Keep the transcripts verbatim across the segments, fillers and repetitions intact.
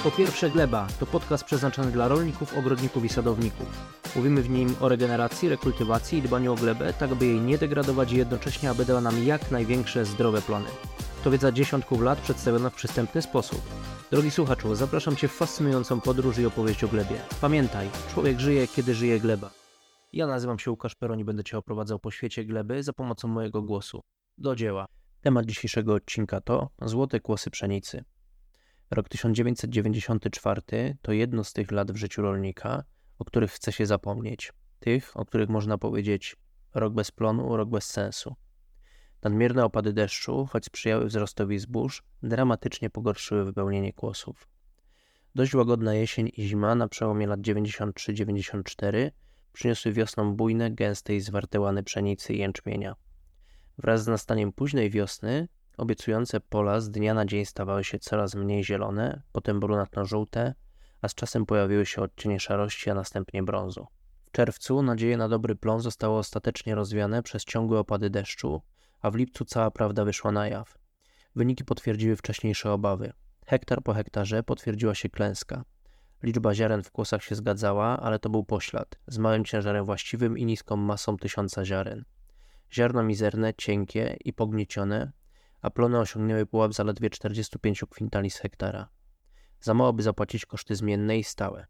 Po pierwsze Gleba to podcast przeznaczony dla rolników, ogrodników i sadowników. Mówimy w nim o regeneracji, rekultywacji i dbaniu o glebę, tak aby jej nie degradować i jednocześnie aby dała nam jak największe zdrowe plony. To wiedza dziesiątków lat przedstawiona w przystępny sposób. Drogi słuchaczu, zapraszam Cię w fascynującą podróż i opowieść o glebie. Pamiętaj, człowiek żyje, kiedy żyje gleba. Ja nazywam się Łukasz Peron i będę Cię oprowadzał po świecie gleby za pomocą mojego głosu. Do dzieła. Temat dzisiejszego odcinka to złote kłosy pszenicy. Rok tysiąc dziewięćset dziewięćdziesiąty czwarty to jedno z tych lat w życiu rolnika, o których chce się zapomnieć. Tych, o których można powiedzieć rok bez plonu, rok bez sensu. Nadmierne opady deszczu, choć sprzyjały wzrostowi zbóż, dramatycznie pogorszyły wypełnienie kłosów. Dość łagodna jesień i zima na przełomie lat dziewięćdziesiąt trzy dziewięćdziesiąt cztery przyniosły wiosną bujne, gęste i zwarte łany pszenicy i jęczmienia. Wraz z nastaniem późnej wiosny obiecujące pola z dnia na dzień stawały się coraz mniej zielone, potem brunatno-żółte, a z czasem pojawiły się odcienie szarości, a następnie brązu. W czerwcu nadzieje na dobry plon zostały ostatecznie rozwiane przez ciągłe opady deszczu, a w lipcu cała prawda wyszła na jaw. Wyniki potwierdziły wcześniejsze obawy. Hektar po hektarze potwierdziła się klęska. Liczba ziaren w kłosach się zgadzała, ale to był poślad, z małym ciężarem właściwym i niską masą tysiąca ziaren. Ziarno mizerne, cienkie i pogniecione, a plony osiągnęły pułap zaledwie czterdziestu pięciu kwintali z hektara. Za mało, by zapłacić koszty zmienne i stałe.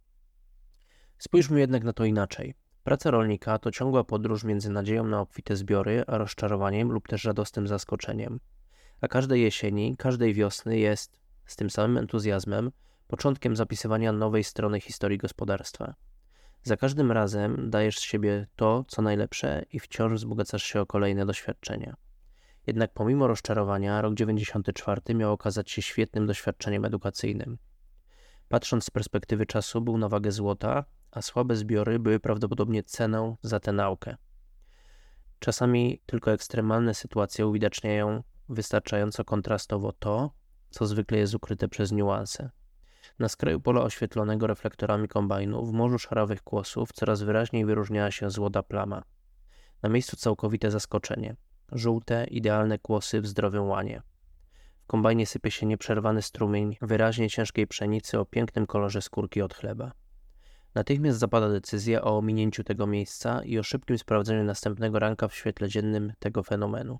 Spójrzmy jednak na to inaczej. Praca rolnika to ciągła podróż między nadzieją na obfite zbiory, a rozczarowaniem lub też radosnym zaskoczeniem. A każdej jesieni, każdej wiosny jest, z tym samym entuzjazmem, początkiem zapisywania nowej strony historii gospodarstwa. Za każdym razem dajesz z siebie to, co najlepsze i wciąż wzbogacasz się o kolejne doświadczenia. Jednak pomimo rozczarowania, rok dziewięćdziesiąty czwarty miał okazać się świetnym doświadczeniem edukacyjnym. Patrząc z perspektywy czasu, był na wagę złota, a słabe zbiory były prawdopodobnie ceną za tę naukę. Czasami tylko ekstremalne sytuacje uwidaczniają wystarczająco kontrastowo to, co zwykle jest ukryte przez niuanse. Na skraju pola oświetlonego reflektorami kombajnu, w morzu szarawych kłosów, coraz wyraźniej wyróżniała się złota plama. Na miejscu całkowite zaskoczenie. Żółte, idealne kłosy w zdrowym łanie. W kombajnie sypie się nieprzerwany strumień wyraźnie ciężkiej pszenicy o pięknym kolorze skórki od chleba. Natychmiast zapada decyzja o ominięciu tego miejsca i o szybkim sprawdzeniu następnego ranka w świetle dziennym tego fenomenu.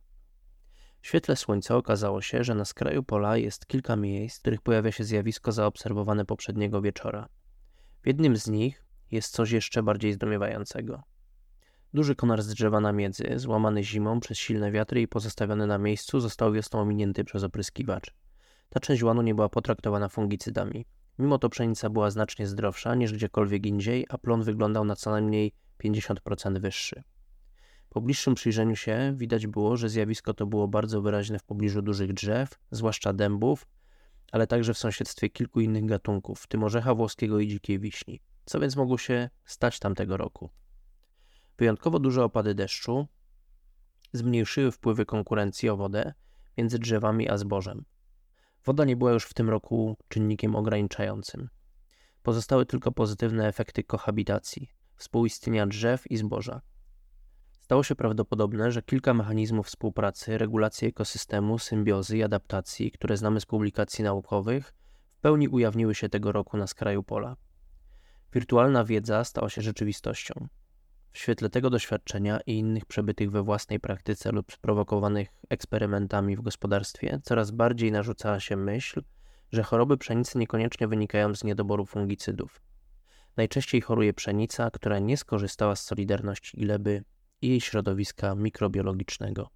W świetle słońca okazało się, że na skraju pola jest kilka miejsc, w których pojawia się zjawisko zaobserwowane poprzedniego wieczora. W jednym z nich jest coś jeszcze bardziej zdumiewającego. Duży konar z drzewa na miedzy, złamany zimą przez silne wiatry i pozostawiony na miejscu, został wiosną ominięty przez opryskiwacz. Ta część łanu nie była potraktowana fungicydami. Mimo to pszenica była znacznie zdrowsza niż gdziekolwiek indziej, a plon wyglądał na co najmniej pięćdziesiąt procent wyższy. Po bliższym przyjrzeniu się widać było, że zjawisko to było bardzo wyraźne w pobliżu dużych drzew, zwłaszcza dębów, ale także w sąsiedztwie kilku innych gatunków, w tym orzecha włoskiego i dzikiej wiśni. Co więc mogło się stać tamtego roku? Wyjątkowo duże opady deszczu zmniejszyły wpływy konkurencji o wodę między drzewami a zbożem. Woda nie była już w tym roku czynnikiem ograniczającym. Pozostały tylko pozytywne efekty kohabitacji, współistnienia drzew i zboża. Stało się prawdopodobne, że kilka mechanizmów współpracy, regulacji ekosystemu, symbiozy i adaptacji, które znamy z publikacji naukowych, w pełni ujawniły się tego roku na skraju pola. Wirtualna wiedza stała się rzeczywistością. W świetle tego doświadczenia i innych przebytych we własnej praktyce lub sprowokowanych eksperymentami w gospodarstwie coraz bardziej narzucała się myśl, że choroby pszenicy niekoniecznie wynikają z niedoboru fungicydów. Najczęściej choruje pszenica, która nie skorzystała z solidarności gleby i jej środowiska mikrobiologicznego.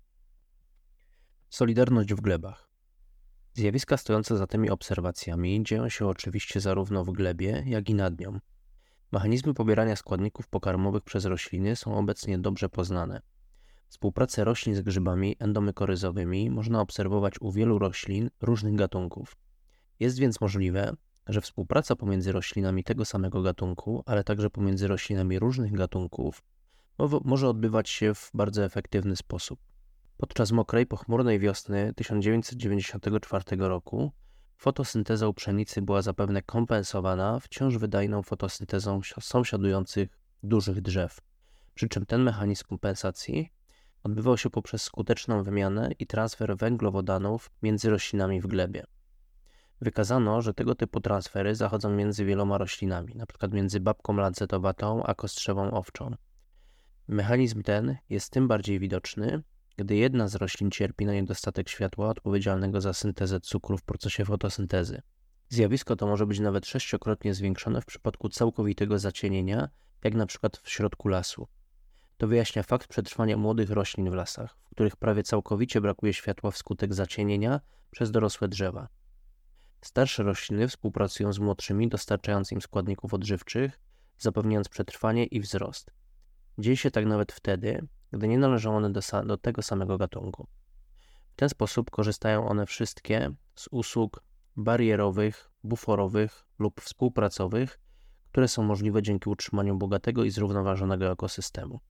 Solidarność w glebach. Zjawiska stojące za tymi obserwacjami dzieją się oczywiście zarówno w glebie, jak i nad nią. Mechanizmy pobierania składników pokarmowych przez rośliny są obecnie dobrze poznane. Współpracę roślin z grzybami endomykoryzowymi można obserwować u wielu roślin różnych gatunków. Jest więc możliwe, że współpraca pomiędzy roślinami tego samego gatunku, ale także pomiędzy roślinami różnych gatunków może odbywać się w bardzo efektywny sposób. Podczas mokrej, pochmurnej wiosny tysiąc dziewięćset dziewięćdziesiątego czwartego roku fotosynteza u pszenicy była zapewne kompensowana wciąż wydajną fotosyntezą sąsiadujących dużych drzew, przy czym ten mechanizm kompensacji odbywał się poprzez skuteczną wymianę i transfer węglowodanów między roślinami w glebie. Wykazano, że tego typu transfery zachodzą między wieloma roślinami, np. między babką lancetowatą a kostrzewą owczą. Mechanizm ten jest tym bardziej widoczny, gdy jedna z roślin cierpi na niedostatek światła odpowiedzialnego za syntezę cukru w procesie fotosyntezy. Zjawisko to może być nawet sześciokrotnie zwiększone w przypadku całkowitego zacienienia, jak na przykład w środku lasu. To wyjaśnia fakt przetrwania młodych roślin w lasach, w których prawie całkowicie brakuje światła wskutek zacienienia przez dorosłe drzewa. Starsze rośliny współpracują z młodszymi, dostarczając im składników odżywczych, zapewniając przetrwanie i wzrost. Dzieje się tak nawet wtedy, gdy nie należą one do, sa- do tego samego gatunku. W ten sposób korzystają one wszystkie z usług barierowych, buforowych lub współpracowych, które są możliwe dzięki utrzymaniu bogatego i zrównoważonego ekosystemu.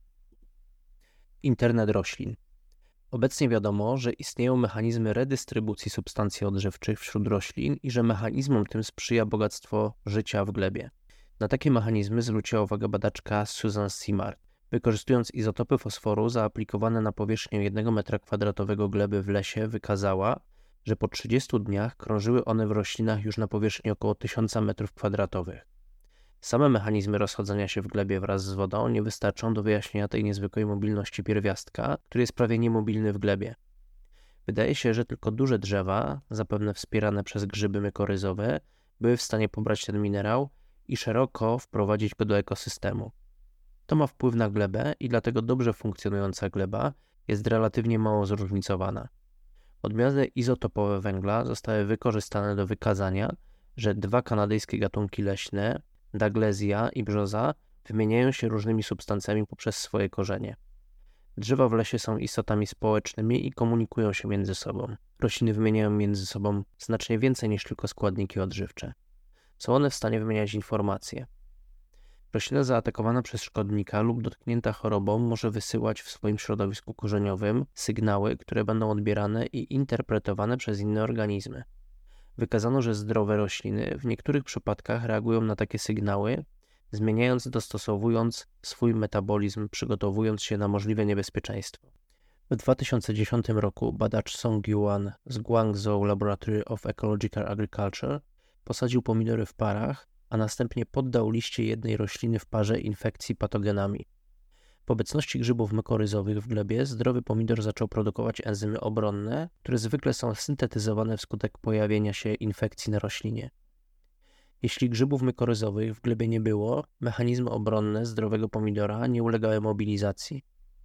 Internet roślin. Obecnie wiadomo, że istnieją mechanizmy redystrybucji substancji odżywczych wśród roślin i że mechanizmom tym sprzyja bogactwo życia w glebie. Na takie mechanizmy zwróciła uwagę badaczka Susan Simard. Wykorzystując izotopy fosforu zaaplikowane na powierzchnię jednego metra kwadratowego gleby w lesie, wykazała, że po trzydziestu dniach krążyły one w roślinach już na powierzchni około tysiąca metrów kwadratowych. Same mechanizmy rozchodzenia się w glebie wraz z wodą nie wystarczą do wyjaśnienia tej niezwykłej mobilności pierwiastka, który jest prawie niemobilny w glebie. Wydaje się, że tylko duże drzewa, zapewne wspierane przez grzyby mykoryzowe, były w stanie pobrać ten minerał i szeroko wprowadzić go do ekosystemu. To ma wpływ na glebę i dlatego dobrze funkcjonująca gleba jest relatywnie mało zróżnicowana. Odmiany izotopowe węgla zostały wykorzystane do wykazania, że dwa kanadyjskie gatunki leśne, Douglasia i brzoza, wymieniają się różnymi substancjami poprzez swoje korzenie. Drzewa w lesie są istotami społecznymi i komunikują się między sobą. Rośliny wymieniają między sobą znacznie więcej niż tylko składniki odżywcze. Są one w stanie wymieniać informacje. Roślina zaatakowana przez szkodnika lub dotknięta chorobą może wysyłać w swoim środowisku korzeniowym sygnały, które będą odbierane i interpretowane przez inne organizmy. Wykazano, że zdrowe rośliny w niektórych przypadkach reagują na takie sygnały, zmieniając, dostosowując swój metabolizm, przygotowując się na możliwe niebezpieczeństwo. W dwa tysiące dziesiątym roku badacz Song Yuan z Guangzhou Laboratory of Ecological Agriculture posadził pomidory w parach, a następnie poddał liście jednej rośliny w parze infekcji patogenami. W obecności grzybów mykoryzowych w glebie zdrowy pomidor zaczął produkować enzymy obronne, które zwykle są syntetyzowane wskutek pojawienia się infekcji na roślinie. Jeśli grzybów mykoryzowych w glebie nie było, mechanizmy obronne zdrowego pomidora nie ulegały mobilizacji.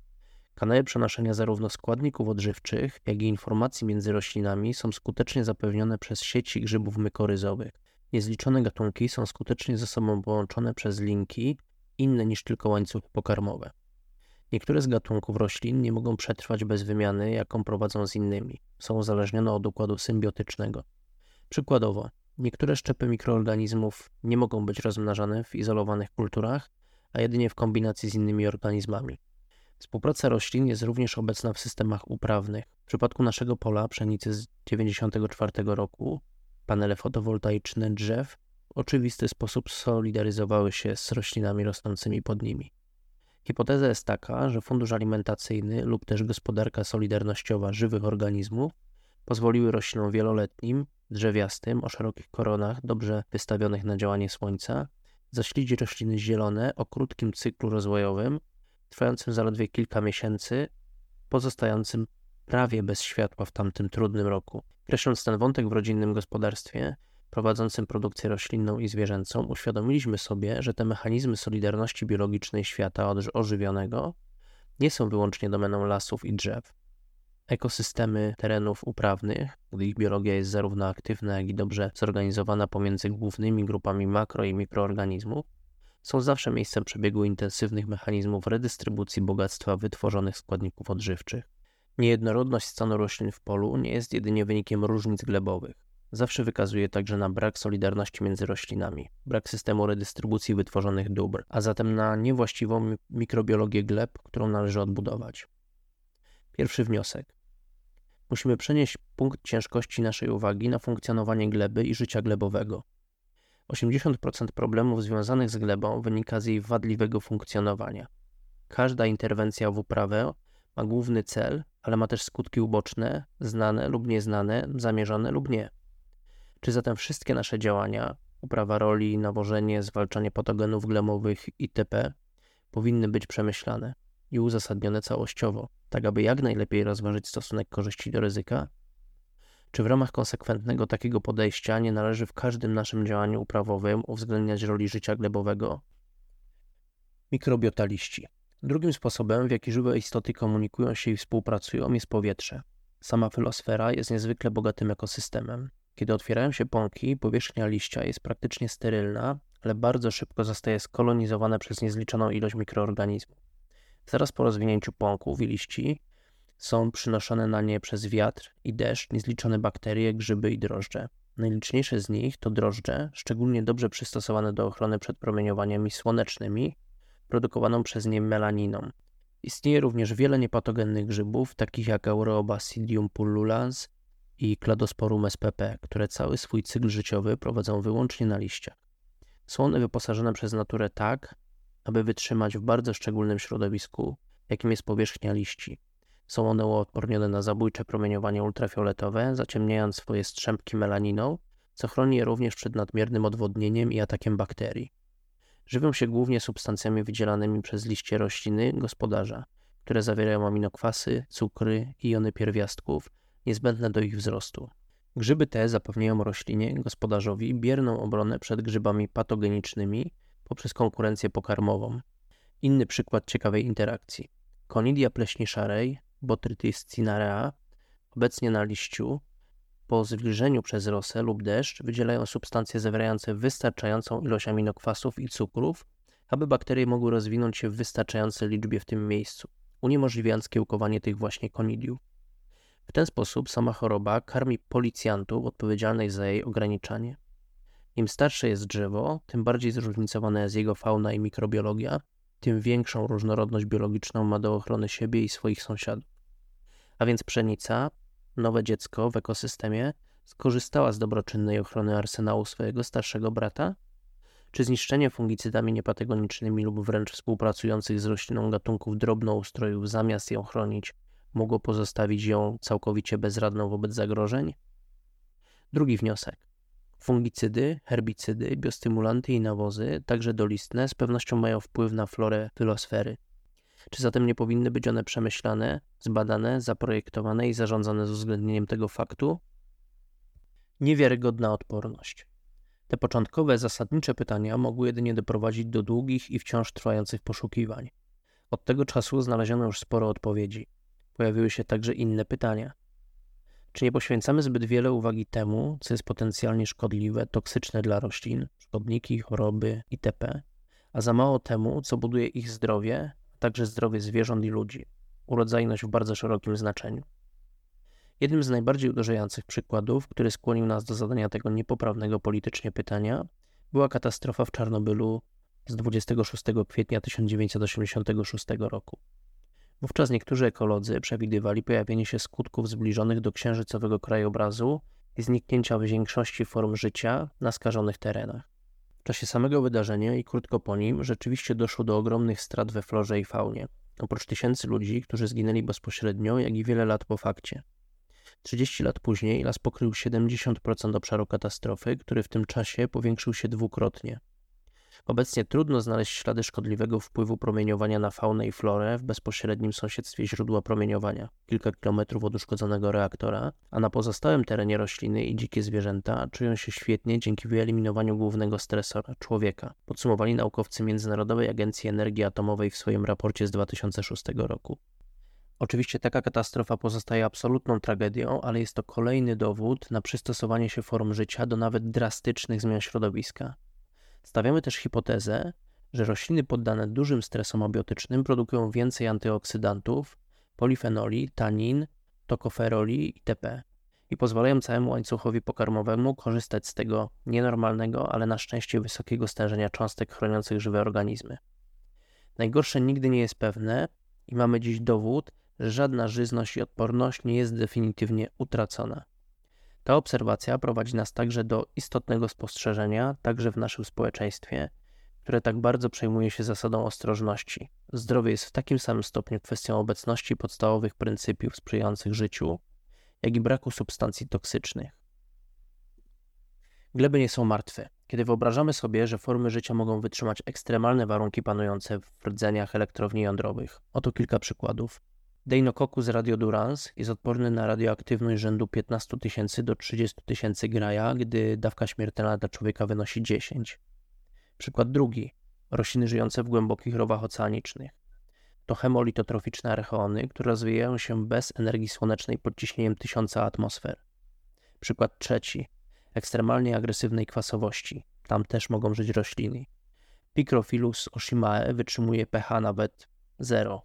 Kanały przenoszenia zarówno składników odżywczych, jak i informacji między roślinami są skutecznie zapewnione przez sieci grzybów mykoryzowych. Niezliczone gatunki są skutecznie ze sobą połączone przez linki inne niż tylko łańcuchy pokarmowe. Niektóre z gatunków roślin nie mogą przetrwać bez wymiany, jaką prowadzą z innymi. Są uzależnione od układu symbiotycznego. Przykładowo, niektóre szczepy mikroorganizmów nie mogą być rozmnażane w izolowanych kulturach, a jedynie w kombinacji z innymi organizmami. Współpraca roślin jest również obecna w systemach uprawnych. W przypadku naszego pola pszenicy z dziewięćdziesiątego czwartego roku panele fotowoltaiczne drzew w oczywisty sposób solidaryzowały się z roślinami rosnącymi pod nimi. Hipoteza jest taka, że fundusz alimentacyjny lub też gospodarka solidarnościowa żywych organizmów pozwoliły roślinom wieloletnim, drzewiastym, o szerokich koronach, dobrze wystawionych na działanie słońca, zaślić rośliny zielone o krótkim cyklu rozwojowym, trwającym zaledwie kilka miesięcy, pozostającym prawie bez światła w tamtym trudnym roku. Kreśląc ten wątek w rodzinnym gospodarstwie, prowadzącym produkcję roślinną i zwierzęcą, uświadomiliśmy sobie, że te mechanizmy solidarności biologicznej świata ożywionego nie są wyłącznie domeną lasów i drzew. Ekosystemy terenów uprawnych, gdy ich biologia jest zarówno aktywna, jak i dobrze zorganizowana pomiędzy głównymi grupami makro- i mikroorganizmów, są zawsze miejscem przebiegu intensywnych mechanizmów redystrybucji bogactwa wytworzonych składników odżywczych. Niejednorodność stanu roślin w polu nie jest jedynie wynikiem różnic glebowych. Zawsze wykazuje także na brak solidarności między roślinami, brak systemu redystrybucji wytworzonych dóbr, a zatem na niewłaściwą mikrobiologię gleb, którą należy odbudować. Pierwszy wniosek. Musimy przenieść punkt ciężkości naszej uwagi na funkcjonowanie gleby i życia glebowego. osiemdziesiąt procent problemów związanych z glebą wynika z jej wadliwego funkcjonowania. Każda interwencja w uprawę ma główny cel, ale ma też skutki uboczne, znane lub nieznane, zamierzone lub nie. Czy zatem wszystkie nasze działania, uprawa roli, nawożenie, zwalczanie patogenów glemowych itp. powinny być przemyślane i uzasadnione całościowo, tak aby jak najlepiej rozważyć stosunek korzyści do ryzyka? Czy w ramach konsekwentnego takiego podejścia nie należy w każdym naszym działaniu uprawowym uwzględniać roli życia glebowego? Mikrobiotaliści. Drugim sposobem, w jaki żywe istoty komunikują się i współpracują, jest powietrze. Sama filosfera jest niezwykle bogatym ekosystemem. Kiedy otwierają się pąki, powierzchnia liścia jest praktycznie sterylna, ale bardzo szybko zostaje skolonizowana przez niezliczoną ilość mikroorganizmów. Zaraz po rozwinięciu pąków i liści są przynoszone na nie przez wiatr i deszcz niezliczone bakterie, grzyby i drożdże. Najliczniejsze z nich to drożdże, szczególnie dobrze przystosowane do ochrony przed promieniowaniami słonecznymi, produkowaną przez nie melaniną. Istnieje również wiele niepatogennych grzybów, takich jak Aureobasidium pullulans i Cladosporum S P P, które cały swój cykl życiowy prowadzą wyłącznie na liściach. Są one wyposażone przez naturę tak, aby wytrzymać w bardzo szczególnym środowisku, jakim jest powierzchnia liści. Są one uodpornione na zabójcze promieniowanie ultrafioletowe, zaciemniając swoje strzępki melaniną, co chroni je również przed nadmiernym odwodnieniem i atakiem bakterii. Żywią się głównie substancjami wydzielanymi przez liście rośliny gospodarza, które zawierają aminokwasy, cukry i jony pierwiastków niezbędne do ich wzrostu. Grzyby te zapewniają roślinie gospodarzowi bierną obronę przed grzybami patogenicznymi poprzez konkurencję pokarmową. Inny przykład ciekawej interakcji. Conidia pleśni szarej, Botrytis cinarea, obecnie na liściu, po zwilżeniu przez rosę lub deszcz wydzielają substancje zawierające wystarczającą ilość aminokwasów i cukrów, aby bakterie mogły rozwinąć się w wystarczającej liczbie w tym miejscu, uniemożliwiając kiełkowanie tych właśnie konidiów. W ten sposób sama choroba karmi policjantów odpowiedzialnych za jej ograniczanie. Im starsze jest drzewo, tym bardziej zróżnicowana jest jego fauna i mikrobiologia, tym większą różnorodność biologiczną ma do ochrony siebie i swoich sąsiadów. A więc pszenica, nowe dziecko w ekosystemie, skorzystała z dobroczynnej ochrony arsenału swojego starszego brata? Czy zniszczenie fungicydami niepatogenicznymi lub wręcz współpracujących z rośliną gatunków drobnoustrojów zamiast ją chronić, mogło pozostawić ją całkowicie bezradną wobec zagrożeń? Drugi wniosek. Fungicydy, herbicydy, biostymulanty i nawozy, także dolistne, z pewnością mają wpływ na florę filosfery. Czy zatem nie powinny być one przemyślane, zbadane, zaprojektowane i zarządzane z uwzględnieniem tego faktu? Niewiarygodna odporność. Te początkowe, zasadnicze pytania mogły jedynie doprowadzić do długich i wciąż trwających poszukiwań. Od tego czasu znaleziono już sporo odpowiedzi. Pojawiły się także inne pytania. Czy nie poświęcamy zbyt wiele uwagi temu, co jest potencjalnie szkodliwe, toksyczne dla roślin, szkodniki, choroby itp., a za mało temu, co buduje ich zdrowie, a także zdrowie zwierząt i ludzi, urodzajność w bardzo szerokim znaczeniu? Jednym z najbardziej uderzających przykładów, który skłonił nas do zadania tego niepoprawnego politycznie pytania, była katastrofa w Czarnobylu z dwudziestego szóstego kwietnia tysiąc dziewięćset osiemdziesiątego szóstego roku. Wówczas niektórzy ekolodzy przewidywali pojawienie się skutków zbliżonych do księżycowego krajobrazu i zniknięcia większości form życia na skażonych terenach. W czasie samego wydarzenia i krótko po nim rzeczywiście doszło do ogromnych strat we florze i faunie, oprócz tysięcy ludzi, którzy zginęli bezpośrednio, jak i wiele lat po fakcie. trzydzieści lat później las pokrył siedemdziesiąt procent obszaru katastrofy, który w tym czasie powiększył się dwukrotnie. Obecnie trudno znaleźć ślady szkodliwego wpływu promieniowania na faunę i florę w bezpośrednim sąsiedztwie źródła promieniowania, kilka kilometrów od uszkodzonego reaktora, a na pozostałym terenie rośliny i dzikie zwierzęta czują się świetnie dzięki wyeliminowaniu głównego stresora, człowieka, podsumowali naukowcy Międzynarodowej Agencji Energii Atomowej w swoim raporcie z dwa tysiące szóstego roku. Oczywiście taka katastrofa pozostaje absolutną tragedią, ale jest to kolejny dowód na przystosowanie się form życia do nawet drastycznych zmian środowiska. Stawiamy też hipotezę, że rośliny poddane dużym stresom abiotycznym produkują więcej antyoksydantów, polifenoli, tanin, tokoferoli itp. i pozwalają całemu łańcuchowi pokarmowemu korzystać z tego nienormalnego, ale na szczęście wysokiego stężenia cząstek chroniących żywe organizmy. Najgorsze nigdy nie jest pewne i mamy dziś dowód, że żadna żyzność i odporność nie jest definitywnie utracona. Ta obserwacja prowadzi nas także do istotnego spostrzeżenia, także w naszym społeczeństwie, które tak bardzo przejmuje się zasadą ostrożności. Zdrowie jest w takim samym stopniu kwestią obecności podstawowych pryncypiów sprzyjających życiu, jak i braku substancji toksycznych. Gleby nie są martwe. Kiedy wyobrażamy sobie, że formy życia mogą wytrzymać ekstremalne warunki panujące w rdzeniach elektrowni jądrowych. Oto kilka przykładów. Deinococcus radiodurans jest odporny na radioaktywność rzędu piętnaście tysięcy do trzydzieści tysięcy graja, gdy dawka śmiertelna dla człowieka wynosi dziesięć. Przykład drugi. Rośliny żyjące w głębokich rowach oceanicznych. To hemolitotroficzne archeony, które rozwijają się bez energii słonecznej pod ciśnieniem tysiąca atmosfer. Przykład trzeci. Ekstremalnie agresywnej kwasowości. Tam też mogą żyć rośliny. Picrophilus oshimae wytrzymuje pH nawet zero.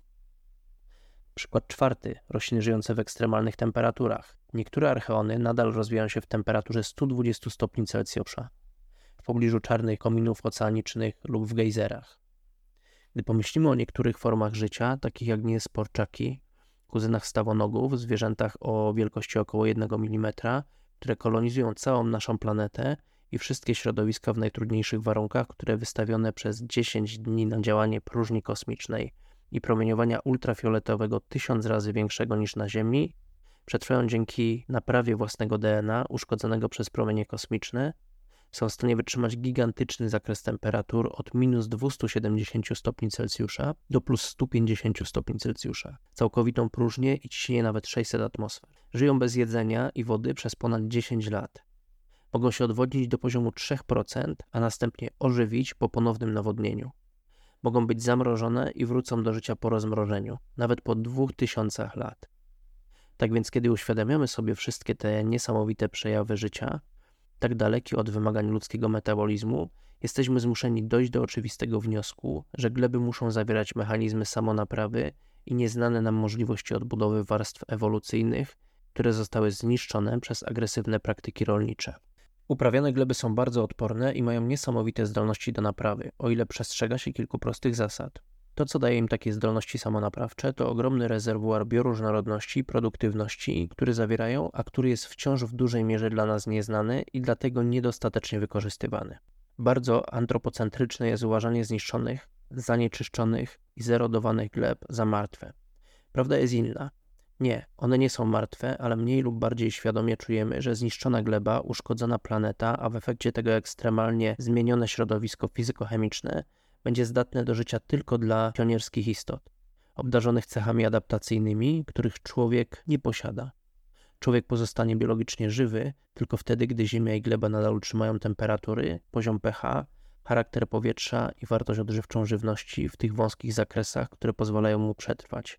Przykład czwarty. Rośliny żyjące w ekstremalnych temperaturach. Niektóre archeony nadal rozwijają się w temperaturze sto dwadzieścia stopni Celsjusza. W pobliżu czarnych kominów oceanicznych lub w gejzerach. Gdy pomyślimy o niektórych formach życia, takich jak niesporczaki, kuzynach stawonogów, zwierzętach o wielkości około jednego milimetra, które kolonizują całą naszą planetę i wszystkie środowiska w najtrudniejszych warunkach, które wystawione przez dziesięć dni na działanie próżni kosmicznej i promieniowania ultrafioletowego tysiąc razy większego niż na Ziemi, przetrwają dzięki naprawie własnego D N A uszkodzonego przez promienie kosmiczne, są w stanie wytrzymać gigantyczny zakres temperatur od minus dwieście siedemdziesiąt stopni Celsjusza do plus sto pięćdziesiąt stopni Celsjusza, całkowitą próżnię i ciśnienie nawet sześćset atmosfer. Żyją bez jedzenia i wody przez ponad dziesięć lat. Mogą się odwodnić do poziomu trzy procent, a następnie ożywić po ponownym nawodnieniu. Mogą być zamrożone i wrócą do życia po rozmrożeniu, nawet po dwóch tysiącach lat. Tak więc kiedy uświadamiamy sobie wszystkie te niesamowite przejawy życia, tak dalekie od wymagań ludzkiego metabolizmu, jesteśmy zmuszeni dojść do oczywistego wniosku, że gleby muszą zawierać mechanizmy samonaprawy i nieznane nam możliwości odbudowy warstw ewolucyjnych, które zostały zniszczone przez agresywne praktyki rolnicze. Uprawiane gleby są bardzo odporne i mają niesamowite zdolności do naprawy, o ile przestrzega się kilku prostych zasad. To, co daje im takie zdolności samonaprawcze, to ogromny rezerwuar bioróżnorodności i produktywności, który zawierają, a który jest wciąż w dużej mierze dla nas nieznany i dlatego niedostatecznie wykorzystywany. Bardzo antropocentryczne jest uważanie zniszczonych, zanieczyszczonych i zerodowanych gleb za martwe. Prawda jest inna. Nie, one nie są martwe, ale mniej lub bardziej świadomie czujemy, że zniszczona gleba, uszkodzona planeta, a w efekcie tego ekstremalnie zmienione środowisko fizykochemiczne będzie zdatne do życia tylko dla pionierskich istot, obdarzonych cechami adaptacyjnymi, których człowiek nie posiada. Człowiek pozostanie biologicznie żywy tylko wtedy, gdy ziemia i gleba nadal utrzymają temperatury, poziom pH, charakter powietrza i wartość odżywczą żywności w tych wąskich zakresach, które pozwalają mu przetrwać.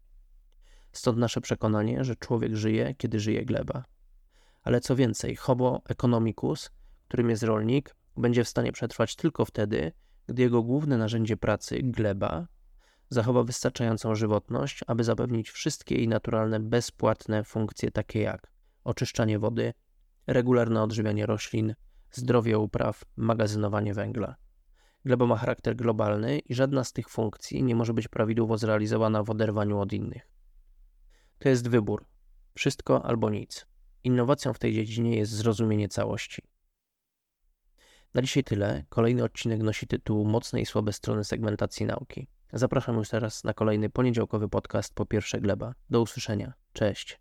Stąd nasze przekonanie, że człowiek żyje, kiedy żyje gleba. Ale co więcej, Homo economicus, którym jest rolnik, będzie w stanie przetrwać tylko wtedy, gdy jego główne narzędzie pracy, gleba, zachowa wystarczającą żywotność, aby zapewnić wszystkie jej naturalne, bezpłatne funkcje takie jak oczyszczanie wody, regularne odżywianie roślin, zdrowie upraw, magazynowanie węgla. Gleba ma charakter globalny i żadna z tych funkcji nie może być prawidłowo zrealizowana w oderwaniu od innych. To jest wybór. Wszystko albo nic. Innowacją w tej dziedzinie jest zrozumienie całości. Na dzisiaj tyle. Kolejny odcinek nosi tytuł Mocne i słabe strony segmentacji nauki. Zapraszam już teraz na kolejny poniedziałkowy podcast Po pierwsze Gleba. Do usłyszenia. Cześć.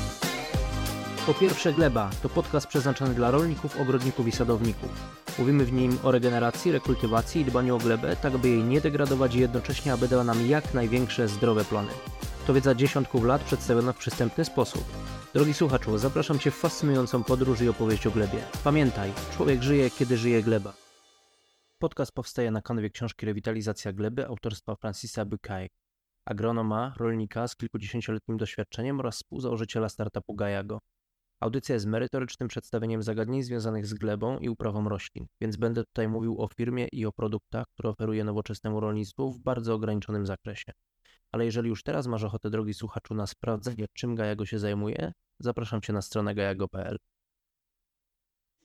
Po pierwsze Gleba to podcast przeznaczony dla rolników, ogrodników i sadowników. Mówimy w nim o regeneracji, rekultywacji i dbaniu o glebę, tak aby jej nie degradować i jednocześnie aby dała nam jak największe zdrowe plony. To wiedza dziesiątków lat przedstawiona w przystępny sposób. Drogi słuchaczu, zapraszam Cię w fascynującą podróż i opowieść o glebie. Pamiętaj, człowiek żyje, kiedy żyje gleba. Podcast powstaje na kanwie książki Rewitalizacja gleby autorstwa Francisa Bucaille, agronoma, rolnika z kilkudziesięcioletnim doświadczeniem oraz współzałożyciela startupu Gaiago. Audycja jest merytorycznym przedstawieniem zagadnień związanych z glebą i uprawą roślin, więc będę tutaj mówił o firmie i o produktach, które oferuje nowoczesnemu rolnictwu w bardzo ograniczonym zakresie. Ale jeżeli już teraz masz ochotę, drogi słuchaczu, na sprawdzenie, czym Gaiago się zajmuje, zapraszam Cię na stronę gaiago kropka p l.